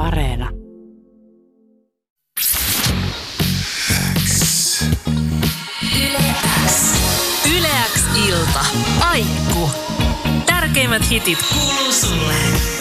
Areena. Yle X ilta. Aikku. Tärkeimmät hitit kuuluu sulle.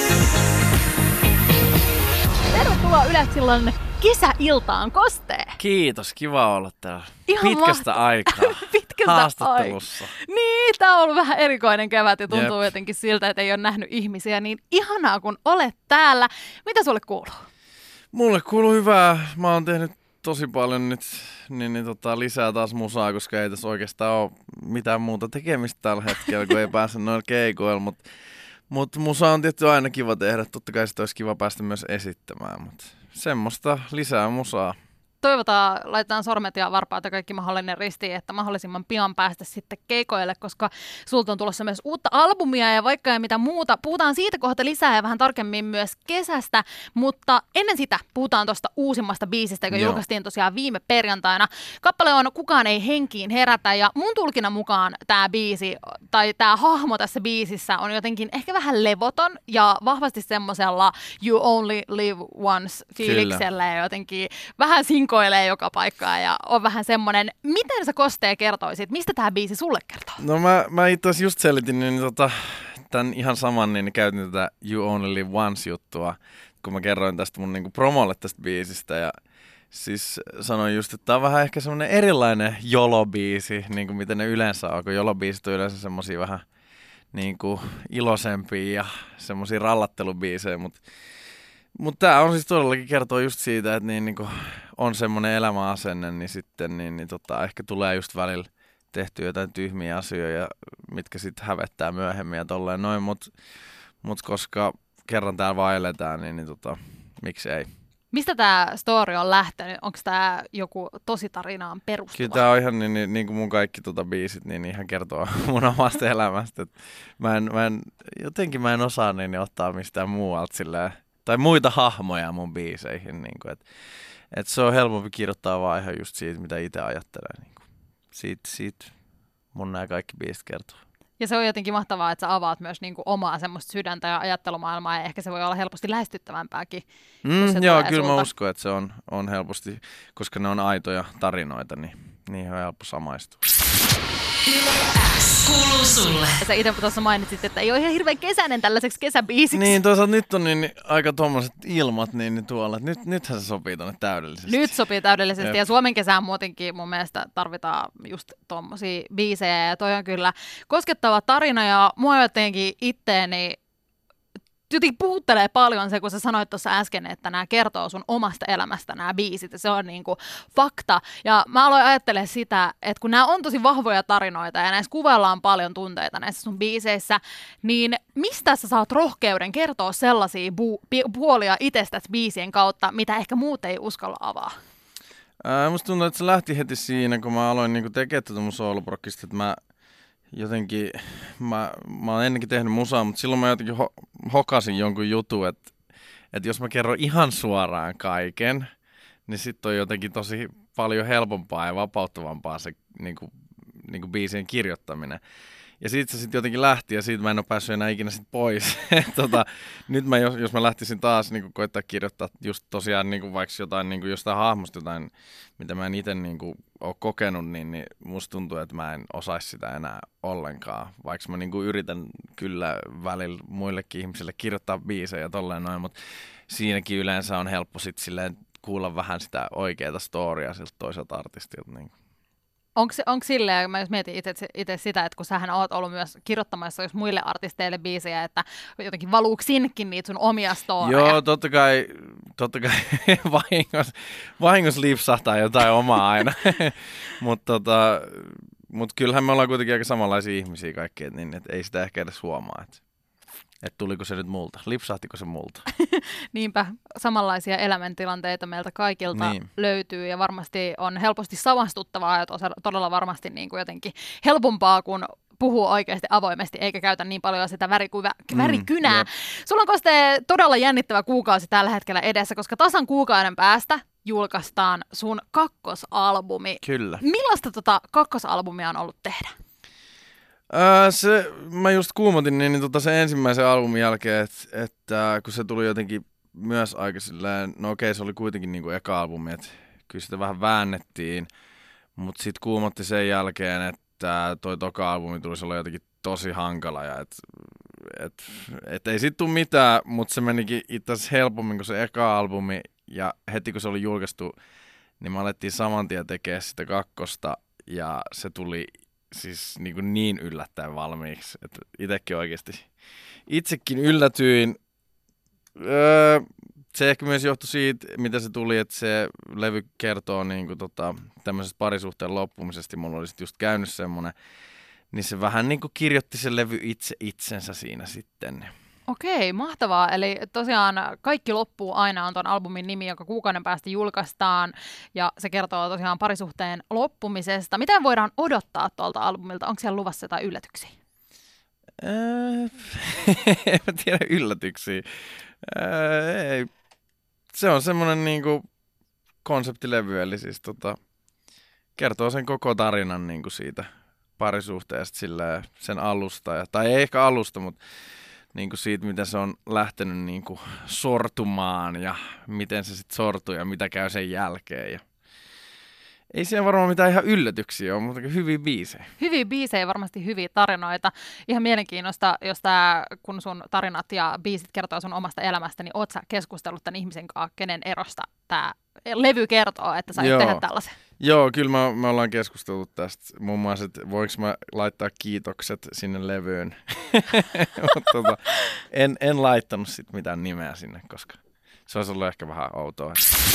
Tervetuloa Yle X:n kesäiltaan, Kostee. Kiitos, kiva olla täällä. Ihan pitkästä aikaa haastattelussa. Niin, tää on ollut vähän erikoinen kevät ja tuntuu jotenkin siltä, että ei ole nähnyt ihmisiä. Niin ihanaa, kun olet täällä. Mitä sulle kuuluu? Mulle kuuluu hyvää. Mä oon tehnyt tosi paljon nyt lisää taas musaa, koska ei tässä oikeastaan ole mitään muuta tekemistä tällä hetkellä, kun ei pääse noilla keikoilla. Mutta musa on tietysti aina kiva tehdä. Totta kai sitä olisi kiva päästä myös esittämään, mutta semmoista lisää musaa. Toivotaan, laitetaan sormet ja varpaat ja kaikki mahdollinen ristiin, että mahdollisimman pian päästä sitten keikoille, koska sulta on tulossa myös uutta albumia ja vaikka ei mitä muuta. Puhutaan siitä kohta lisää ja vähän tarkemmin myös kesästä, mutta ennen sitä puhutaan tuosta uusimmasta biisistä, joka julkaistiin tosiaan viime perjantaina. Kappale on Kukaan ei henkiin herätä ja mun tulkinnan mukaan tämä biisi tai tämä hahmo tässä biisissä on jotenkin ehkä vähän levoton ja vahvasti semmoisella you only live once fiiliksellä ja jotenkin vähän sinkoilee joka paikkaan ja on vähän semmoinen. Miten sä Kostee kertoisit, mistä tämä biisi sulle kertoo? No mä itse asiassa just selitin tämän ihan saman, niin käytin tätä You Only Live Once -juttua, kun mä kerroin tästä mun niinku promolle tästä biisistä ja siis sanoin just, että tää on vähän ehkä semmoinen erilainen jolo-biisi, niin kuin miten ne yleensä on, kun jolo-biisit on yleensä semmosia vähän niinku iloisempia ja semmosia rallattelubiisejä, mutta tämä on siis todellakin kertoo just siitä, että niin on semmoinen elämäasenne, niin sitten ehkä tulee just välillä tehty jotain tyhmiä asioita, mitkä sitten hävettää myöhemmin ja tolleen noin, mut koska kerran täällä vaan eletään, niin miksi ei. Mistä tämä story on lähtenyt? Onko tämä joku tositarinaan perustuva? Kyllä tämä on ihan niin kuin mun kaikki biisit, niin ihan kertoo mun omasta elämästä. Mä en osaa niin ottaa mistään muualta silleen, tai muita hahmoja mun biiseihin. Niin kuin, et se on helpompi kirjoittaa vaan ihan just siitä, mitä itse ajattelee. Niin kuin. Siitä mun nämä kaikki biisit kertoo. Ja se on jotenkin mahtavaa, että sä avaat myös niin kuin omaa semmoista sydäntä ja ajattelumaailmaa, ja ehkä se voi olla helposti lähestyttävämpääkin. Joo, kyllä mä uskon, että se on helposti, koska ne on aitoja tarinoita, niin niihin on helppo samaistua. Kuuluu sulle. Sä itse tuossa mainitsit, että ei ole ihan hirveän kesäinen tällaiseksi kesäbiisiksi. Niin, toisaalta nyt on niin aika tommoset ilmat niin tuolla, että nythän se sopii tonne täydellisesti. Nyt sopii täydellisesti ja Suomen kesään muutenkin mun mielestä tarvitaan just tommosia biisejä ja toi on kyllä koskettava tarina ja mua jotenkin itteeni jotenkin puhuttelee paljon se, kun sä sanoit tuossa äsken, että nämä kertoo sun omasta elämästä nämä biisit, ja se on niinku fakta. Ja mä aloin ajattelemaan sitä, että kun nämä on tosi vahvoja tarinoita, ja näissä kuvaillaan paljon tunteita näissä sun biiseissä, niin mistä sä saat rohkeuden kertoa sellaisia puolia itsestäsi biisien kautta, mitä ehkä muut ei uskalla avaa? Musta tuntuu, että se lähti heti siinä, kun mä aloin niinku tekemään tätä mun sooloprokkista, että mä oon ennenkin tehnyt musaa, mutta silloin mä jotenkin hokasin jonkun jutun, että jos mä kerron ihan suoraan kaiken, niin sitten on jotenkin tosi paljon helpompaa ja vapauttavampaa se niinku biisien kirjoittaminen. Ja siitä se sitten jotenkin lähti ja siitä mä en ole päässyt enää ikinä sit pois. Nyt jos mä lähtisin taas niinku koittaa kirjoittaa just tosiaan niinku vaikka jotain niinku jostain hahmosta jotain, mitä mä en itse niinku ole kokenut, niin musta tuntuu, että mä en osaisi sitä enää ollenkaan. Vaikka mä niinku yritän kyllä välillä muillekin ihmisille kirjoittaa biisejä ja tolleen noin, mutta siinäkin yleensä on helppo sit silleen kuulla vähän sitä oikeaa storya siltä toiselta artistilta. Niin. Onko silleen, mä jos mietin itse sitä, että kun sähän oot ollut myös kirjoittamassa jos muille artisteille biisejä, että jotenkin valuuko sinnekin niitä sun omia storeja? Joo, totta kai vahingossa lipsahtaa jotain omaa aina, mutta kyllähän me ollaan kuitenkin aika samanlaisia ihmisiä kaikki, niin et ei sitä ehkä edes huomaa, että tuliko se nyt multa, lipsahtiko se multa. Niinpä, samanlaisia elämäntilanteita meiltä kaikilta löytyy ja varmasti on helposti samastuttavaa ja todella varmasti niin kuin jotenkin helpompaa, kun puhuu oikeasti avoimesti eikä käytä niin paljon sitä värikynää. Sulla on Kostee todella jännittävä kuukausi tällä hetkellä edessä, koska tasan kuukauden päästä julkaistaan sun kakkosalbumi. Kyllä. Millaista kakkosalbumia on ollut tehdä? Mä just kuumotin niin sen ensimmäisen albumin jälkeen, että kun se tuli jotenkin myös aika silleen, no okei, se oli kuitenkin niinku eka albumi, että kyllä sitä vähän väännettiin, mutta sitten kuumotti sen jälkeen, että toi toka albumi tulisi olla jotenkin tosi hankala ja et ei sit tuu mitään, mutta se menikin itse asiassa helpommin kuin se eka albumi ja heti kun se oli julkaistu, niin me alettiin saman tien tekemään sitä kakkosta ja se tuli siis niin yllättäen valmiiksi, että itsekin yllätyin. Se ehkä myös johtui siitä, mitä se tuli, että se levy kertoo tämmöisestä parisuhteen loppumisesta. Mulla oli sit just käynyt semmoinen, niin se vähän niin kuin kirjoitti se levy itsensä siinä sitten. Okei, mahtavaa. Eli tosiaan Kaikki loppuu aina on ton albumin nimi, joka kuukauden päästä julkaistaan. Ja se kertoo tosiaan parisuhteen loppumisesta. Mitä voidaan odottaa tuolta albumilta? Onko siellä luvassa jotain yllätyksiä? En tiedä yllätyksiä. Ei. Se on semmoinen niinku konseptilevy, eli siis kertoo sen koko tarinan niinku siitä parisuhteesta sen alusta. Tai ei ehkä alusta, mutta niinku siitä, miten se on lähtenyt niinku sortumaan ja miten se sitten sortuu ja mitä käy sen jälkeen. Ja ei siellä varmaan mitään ihan yllätyksiä ole, mutta hyviä biisejä. Hyviä biisejä, varmasti hyviä tarinoita. Ihan mielenkiinnosta, jos kun sun tarinat ja biisit kertoo sun omasta elämästä, niin oot sä keskustellut tämän ihmisen kanssa, kenen erosta tämä levy kertoo, että sä tehdä tällaisen? Joo, kyllä me ollaan keskusteltu tästä. Muun muassa, että voinko mä laittaa kiitokset sinne levyyn. Mutta en laittanut sit mitään nimeä sinne, koska se olisi ollut ehkä vähän outoa.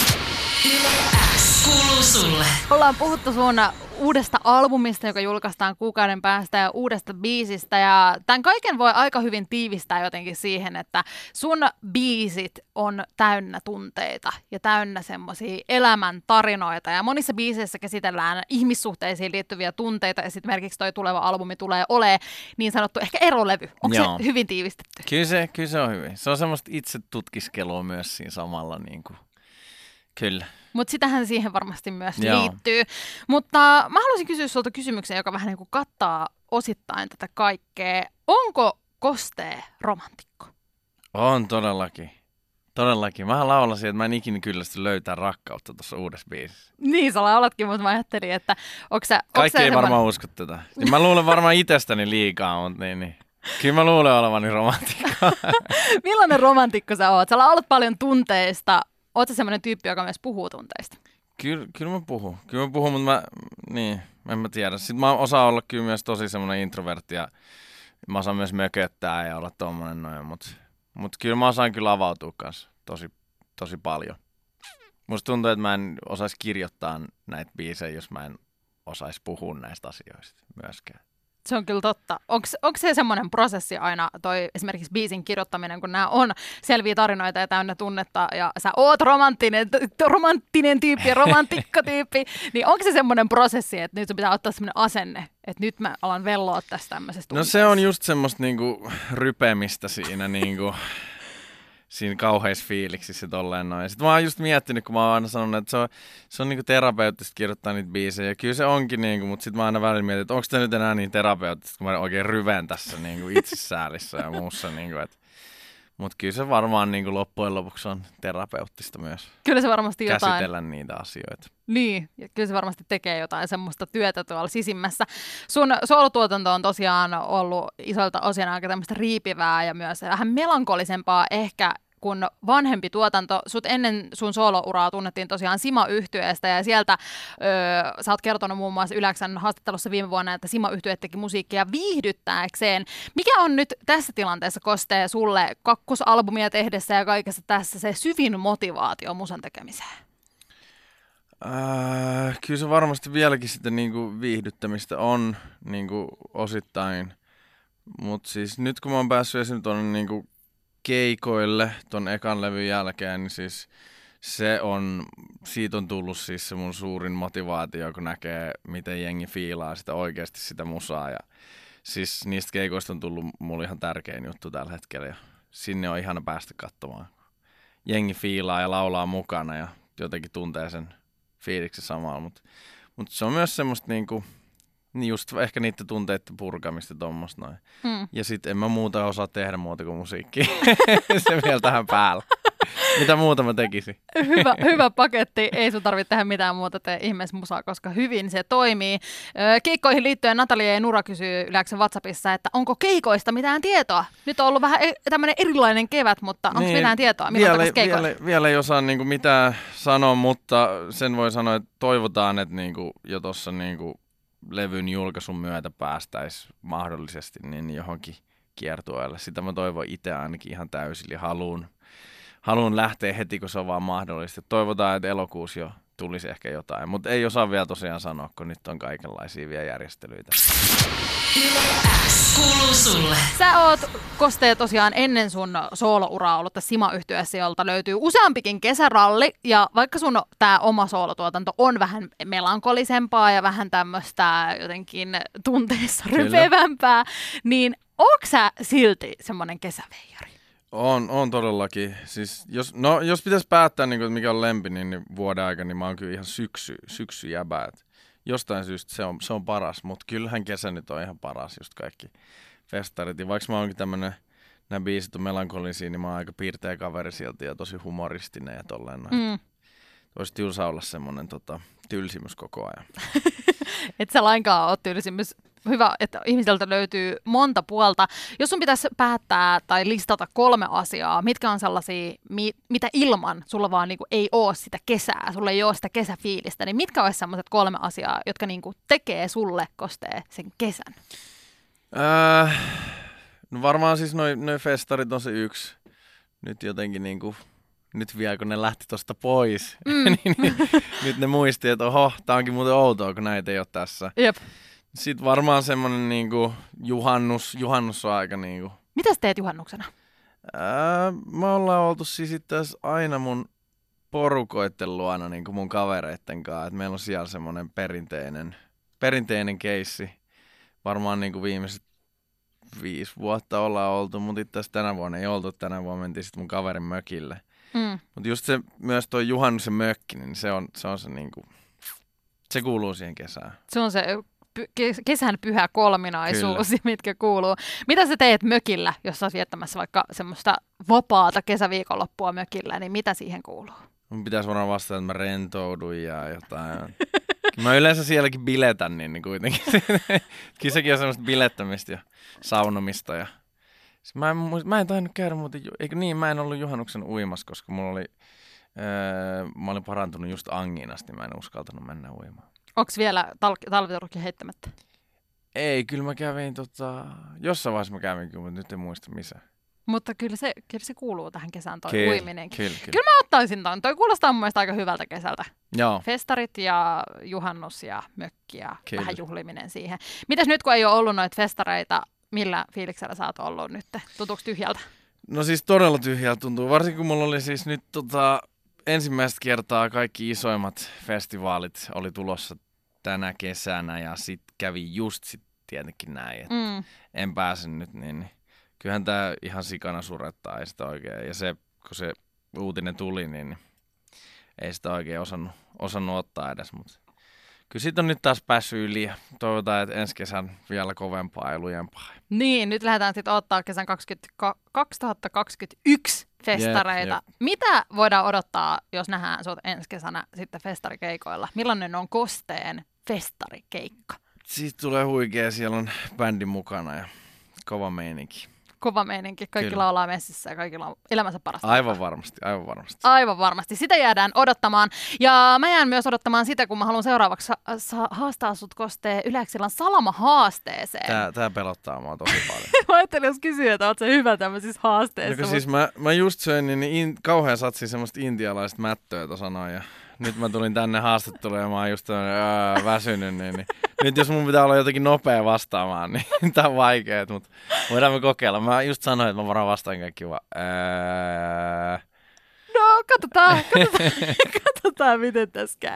Kuuluu sulle. Ollaan puhuttu sun uudesta albumista, joka julkaistaan kuukauden päästä ja uudesta biisistä. Ja tämän kaiken voi aika hyvin tiivistää jotenkin siihen, että sun biisit on täynnä tunteita ja täynnä semmoisia elämän tarinoita. Ja monissa biiseissä käsitellään ihmissuhteisiin liittyviä tunteita ja sitten esimerkiksi toi tuleva albumi tulee olemaan niin sanottu ehkä erolevy. Onko se hyvin tiivistetty? Kyllä se on hyvin. Se on semmoista itse tutkiskelua myös siinä samalla niin kuin. Kyllä. Mutta sitähän siihen varmasti myös liittyy. Mutta mä haluaisin kysyä sulta kysymyksen, joka vähän niin kuin kattaa osittain tätä kaikkea. Onko Kostee romantikko? On todellakin. Todellakin. Mä laulasin, että mä en ikinä kyllästy löytää rakkautta tuossa uudessa biisissä. Niin, sä laulatkin, mutta mä ajattelin, että kaikki ei varmaan usko tätä. Mä luulen varmaan itsestäni liikaa, mutta niin. Kyllä mä luulen olevani romantikko. Millainen romantikko sä oot? Sä laulat paljon tunteista. Oot sä semmoinen tyyppi, joka myös puhuu tunteista? Kyllä mä puhun. Mutta en mä tiedä. Sitten mä osaan olla kyllä myös tosi semmoinen introvertti ja mä osaan myös mököttää ja olla tommonen noin. Mutta kyllä mä osaan kyllä avautua kanssa tosi paljon. Musta tuntuu, että mä en osaisi kirjoittaa näitä biisejä, jos mä en osaisi puhua näistä asioista myöskään. Se on kyllä totta. Onko se semmoinen prosessi aina, toi esimerkiksi biisin kirjoittaminen, kun nämä on selviä tarinoita ja täynnä tunnetta, ja sä oot romanttinen tyyppi ja romantikkotyyppi, niin onko se semmoinen prosessi, että nyt sun pitää ottaa semmoinen asenne, että nyt mä alan velloa tästä tämmöisestä No se on just semmoista niinku rypemistä siinä niinku. Siinä kauheissa fiiliksissä tolleen noin. Sitten mä oon just miettinyt, kun mä oon aina sanonut, että se on niinku terapeuttista kirjoittaa niitä biisejä. Ja kyllä se onkin niinku, mutta sitten mä aina välillä mietin, että onko tämä nyt enää niin terapeuttista, kun mä oikein ryven tässä niinku itsesäälissä ja muussa. Niinku, mutta kyllä se varmaan niinku loppujen lopuksi on terapeuttista myös. Kyllä se varmasti jotain. Käsitellä niitä asioita. Niin, ja kyllä se varmasti tekee jotain semmoista työtä tuolla sisimmässä. Sun soolotuotanto on tosiaan ollut isolta osin aika tämmöistä riipivää ja myös vähän melankolisempaa ehkä kuin vanhempi tuotanto. Sut ennen sun soolouraa tunnettiin tosiaan Sima-yhtyeestä ja sieltä sä oot kertonut muun muassa Yläksän haastattelussa viime vuonna, että Sima-yhtye teki musiikkia viihdyttääkseen. Mikä on nyt tässä tilanteessa, Kostee, sulle kakkosalbumia tehdessä ja kaikessa tässä se syvin motivaatio musan tekemiseen? Kyllä se varmasti vieläkin sitten niinku viihdyttämistä on niinku osittain, mutta siis nyt kun mä oon päässyt esimerkiksi tuonne niinku keikoille ton ekan levyn jälkeen, niin siis siitä on tullut siis se mun suurin motivaatio, kun näkee, miten jengi fiilaa sitä oikeasti sitä musaa. Ja siis niistä keikoista on tullut mulle ihan tärkein juttu tällä hetkellä. Ja sinne on ihana päästä katsomaan. Jengi fiilaa ja laulaa mukana ja jotenkin tuntee sen fiiliksen samalla. Mutta se on myös semmoista niinku, niin just ehkä niiden tunteiden purkamista tuommoista noin. Ja sitten en mä muuta osaa tehdä muuta kuin musiikkia. Se vielä tähän päällä. Mitä muuta mä tekisin? Hyvä paketti. Ei sun tarvitse tehdä mitään muuta, tee ihmeessä musaa, koska hyvin se toimii. Keikkoihin liittyen Natalia ja Nura kysyy Yleäksen WhatsAppissa, että onko keikoista mitään tietoa? Nyt on ollut vähän tämmöinen erilainen kevät, mutta onko mitään tietoa? Vielä ei osaa niinku mitään sanoa, mutta sen voi sanoa, että toivotaan, että niinku jo tuossa niinku levyn julkaisun myötä päästäisiin mahdollisesti niin johonkin kiertueelle. Sitä mä toivon itse ainakin ihan täysin ja haluan lähteä heti, kun se on vaan mahdollista. Toivotaan, että elokuussa jo tulisi ehkä jotain, mutta ei osaa vielä tosiaan sanoa, kun nyt on kaikenlaisia vielä järjestelyitä. Kuuluu sulle. Sä oot, Koste, tosiaan ennen sun soolouraa ollut tässä Sima-yhtyeessä, jolta löytyy useampikin kesäralli, ja vaikka sun tää oma soolotuotanto on vähän melankolisempaa ja vähän tämmöistä jotenkin tunteissa rypevämpää, niin ootko sä silti semmonen kesäveijari? On todellakin. Siis jos pitäisi päättää, niin mikä on lempi, niin vuoden aikana, niin mä oon kyllä ihan syksyjäbä. Jostain syystä se on paras, mutta kyllähän kesä nyt on ihan paras, just kaikki festarit. Ja vaikka mä oonkin tämmönen, nämä biisit on melankolisia, niin mä oon aika piirteä kaveri sieltä ja tosi humoristinen ja tolleen. Olisi tylsä olla semmonen tylsimys koko ajan. Et sä lainkaan ole tylsimys. Hyvä, että ihmiseltä löytyy monta puolta. Jos sun pitäisi päättää tai listata 3 asiaa, mitkä on sellaisia, mitä ilman sulla vaan niinku ei ole sitä kesää, sulla ei ole sitä kesäfiilistä, niin mitkä olisi sellaiset 3 asiaa, jotka niinku tekee sulle, Kostee, sen kesän? No varmaan siis noi festarit on se yksi. Nyt jotenkin niinku, nyt vielä kun ne lähti tosta pois, niin nyt ne muisti, että oho, tää onkin muuten outoa, kun näitä ei ole tässä. Jep. Sitten varmaan semmonen niinku juhannus on aika niinku. Mitä sä teet juhannuksena? Me ollaan oltu siis itse asiassa aina mun porukoitten luona niinku mun kavereitten kanssa. Et meillä on siellä semmonen perinteinen keissi. Varmaan niinku viimeiset 5 vuotta ollaan oltu, mutta itse asiassa tänä vuonna ei oltu. Tänä vuonna mentiin sitten mun kaverin mökille. Mutta just se, myös toi juhannuksen mökki, niin se on se niinku, se kuuluu siihen kesään. Se on se kesän pyhä kolminaisuus, mitkä kuuluu. Mitä sä teet mökillä, jos sä oot viettämässä vaikka semmoista vapaata kesäviikonloppua mökillä, niin mitä siihen kuuluu? Mun pitäisi varmaan vastata, että mä rentoudun ja jotain. Mä yleensä sielläkin biletän, niin kuitenkin. Kyllä sekin on semmoista bilettämistä ja saunomista. Ja mä en tainnut käydä muuten, eikö niin, mä en ollut juhannuksen uimassa, koska mä olin parantunut just angiinasta, niin mä en uskaltanut mennä uimaan. Onko vielä talviturkki heittämättä? Ei, kyllä mä kävin jossain vaiheessa mä kävin kyllä, mutta nyt en muista missä. Mutta kyllä se kuuluu tähän kesään toi uiminenkin. Kyllä mä ottaisin ton. Toi kuulostaa mun mielestä aika hyvältä kesältä. Joo. Festarit ja juhannus ja mökki ja vähän juhliminen siihen. Mitäs nyt kun ei ole ollut noita festareita, millä fiiliksellä sä oot ollut nyt? Tuntuuko tyhjältä? No siis todella tyhjältä tuntuu. Varsinkin kun mulla oli siis nyt ensimmäistä kertaa kaikki isoimmat festivaalit oli tulossa tänä kesänä ja sitten kävi just tietenkin näin, että en pääse nyt, niin kyllähän tää ihan sikana surettaa, ei sitä oikein. Ja se, kun se uutinen tuli, niin ei sitä oikein osannut ottaa edes, mutta kyllä siitä on nyt taas päässyt yli ja toivotaan, että ensi kesän vielä kovempaa ja lujempaa. Niin, nyt lähdetään sitten ottaa kesän 2021 festareita. Jep. Mitä voidaan odottaa, jos nähdään sut ensi kesänä sitten festarikeikoilla? Millainen on Kosteen festarikeikka? Siitä tulee huikea, siellä on bändi mukana ja kova meininki. Kova meininki, kaikki laulaa messissä ja kaikilla on elämänsä parasta. Aivan varmasti. Aivan varmasti, sitä jäädään odottamaan. Ja mä jään myös odottamaan sitä, kun mä haluan seuraavaksi haastaa sut, Kostee, Yleäksillan Salama-haasteeseen. Tää pelottaa mua tosi paljon. Mä ajattelin, jos kysyä, että oot sä hyvä tämmöisissä haasteissa. No, siis mä just söin niin kauhean satsin semmoista intialaista mättöä tuossa noin ja nyt mä tulin tänne haastatteluun ja mä oon just väsynyt, niin nyt jos mun pitää olla jotenkin nopea vastaamaan, niin tää on vaikeet, mutta voidaan me kokeilla. Mä just sanoin, että mä varmaan vastaan kaikki vaan. No, katsotaan miten tässä käy.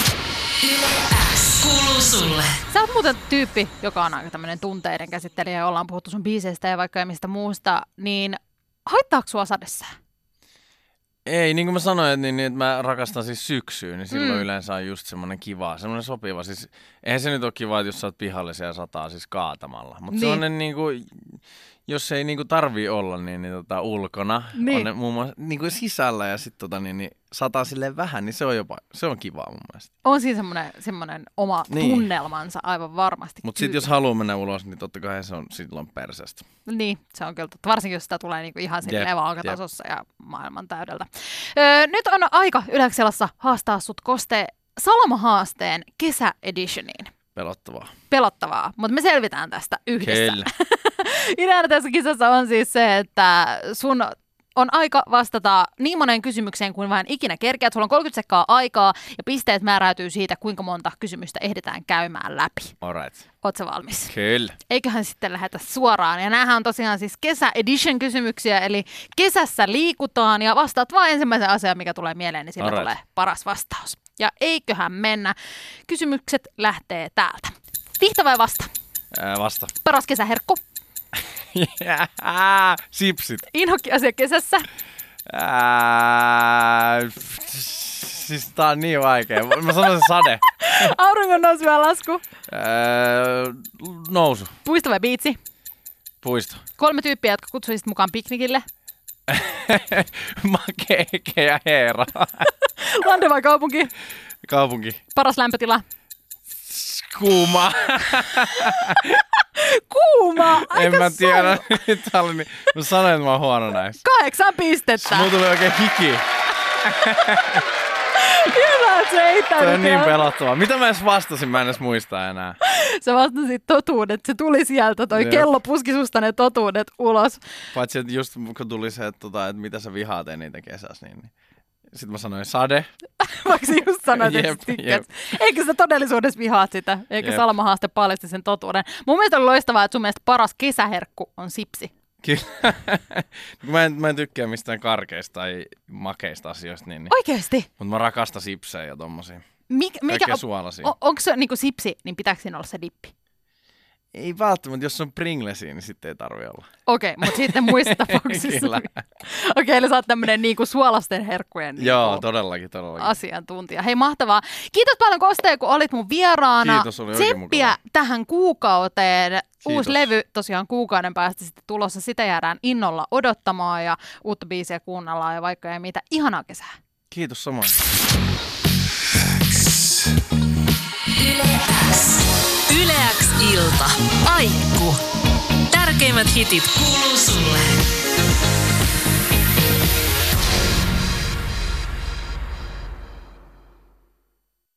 Kuuluu sulle. Sä oot muuten tyyppi, joka on aika tämmönen tunteiden käsittelijä ja ollaan puhuttu sun biiseistä ja vaikka ja mistä muusta, niin haittaako sua sadessää? Ei, niin kuin mä sanoin, että mä rakastan siis syksyä, niin silloin yleensä on just semmoinen kiva, semmoinen sopiva. Siis eihän se nyt ole kiva, että jos sä oot pihallisia ja sataa siis kaatamalla. Mutta semmoinen niinku jos ei niinku tarvii olla niin ulkona, Niin. on ne muun muassa niinku sisällä ja sitten niin sataa silleen vähän, niin se on kivaa mun mielestä. On siinä semmoinen oma Niin. tunnelmansa aivan varmasti. Mutta sitten jos haluaa mennä ulos, niin totta kai se on silloin perseestä. Niin, se on kyllä totta. Varsinkin, jos sitä tulee niinku ihan silleen Jep, vaakatasossa ja maailman täydeltä. Nyt on aika Yleksellassa haastaa sut Koste Salama-haasteen kesäeditioniin. Pelottavaa, mutta me selvitään tästä yhdessä. Kyllä. Ideana tässä kisassa on siis se, että sun on aika vastata niin moneen kysymykseen kuin vain ikinä kerkeät. Sulla on 30 sekkaa aikaa ja pisteet määräytyy siitä, kuinka monta kysymystä ehditään käymään läpi. Alright. Ootko valmis? Kyllä. Eiköhän sitten lähetä suoraan. Ja näähän on tosiaan siis kesä-edition kysymyksiä, eli kesässä liikutaan ja vastaat vaan ensimmäisen asian, mikä tulee mieleen, niin sillä tulee paras vastaus. Ja eiköhän mennä. Kysymykset lähtee täältä. Vihta vai vasta? Vasta. Paras kesäherkku? Sipsit. Inhokki-asia kesässä? Siis tää on niin vaikea. Mä sanon se sade. Auringon nousu ja lasku? Nousu. Puisto vai biitsi? Puisto. 3 tyyppiä, jotka kutsuisit mukaan piknikille? Keke ja Heera. Lande vai kaupunki? Kaupunki. Paras lämpötila? Kuuma. Kuuma! Aika En mä tiedä. Mä sanoin, että mä oon huono näissä. 8 pistettä. Mulla tuli oikein hiki. Hyvä, että se ei Se on niin pelottavaa. Mitä mä edes vastasin? Mä en edes muista enää. Sä vastasit totuudet. Se tuli sieltä. Toi kello puski susta ne totuudet ulos. Paitsi, että just kun tuli se, että mitä sä vihaat eniten kesässä, niin sitten mä sanoin sade. Vaikka sä just sanoit, että sä tykkäät. Eikö sä todellisuudessa vihaat sitä? Eikä Salama-haaste paljasti sen totuuden. Mun mielestä on loistavaa, että sun mielestä paras kesäherkku on sipsi. Kyllä. Mä en tykkää mistään karkeista tai makeista asioista. Niin. Oikeesti? Mutta mä rakastan sipsejä ja tommosia. Mikä suolasia. Onko se niinku sipsi, niin pitääkö siinä olla se dippi? Ei välttämättä, jos on Pringlesia, niin sitten ei tarvi olla. Okei, mutta sitten muissa tapauksissa. Kyllä. Okei, eli sä oot tämmönen niinku suolasten herkkujen Joo, todellakin. asiantuntija. Hei, mahtavaa. Kiitos paljon Koste, kun olit mun vieraana. Kiitos, oli oikein Tsemppiä mukavaa. tähän kuukauteen. Kiitos. Uusi levy tosiaan kuukauden päästä sitten tulossa. Sitä jäädään innolla odottamaan ja uutta biisiä kuunnellaan ja vaikka ei mitä. Ihanaa kesää. Kiitos samoin. Yle X ilta. Aikku. Tärkeimmät hitit kuuluu sulle.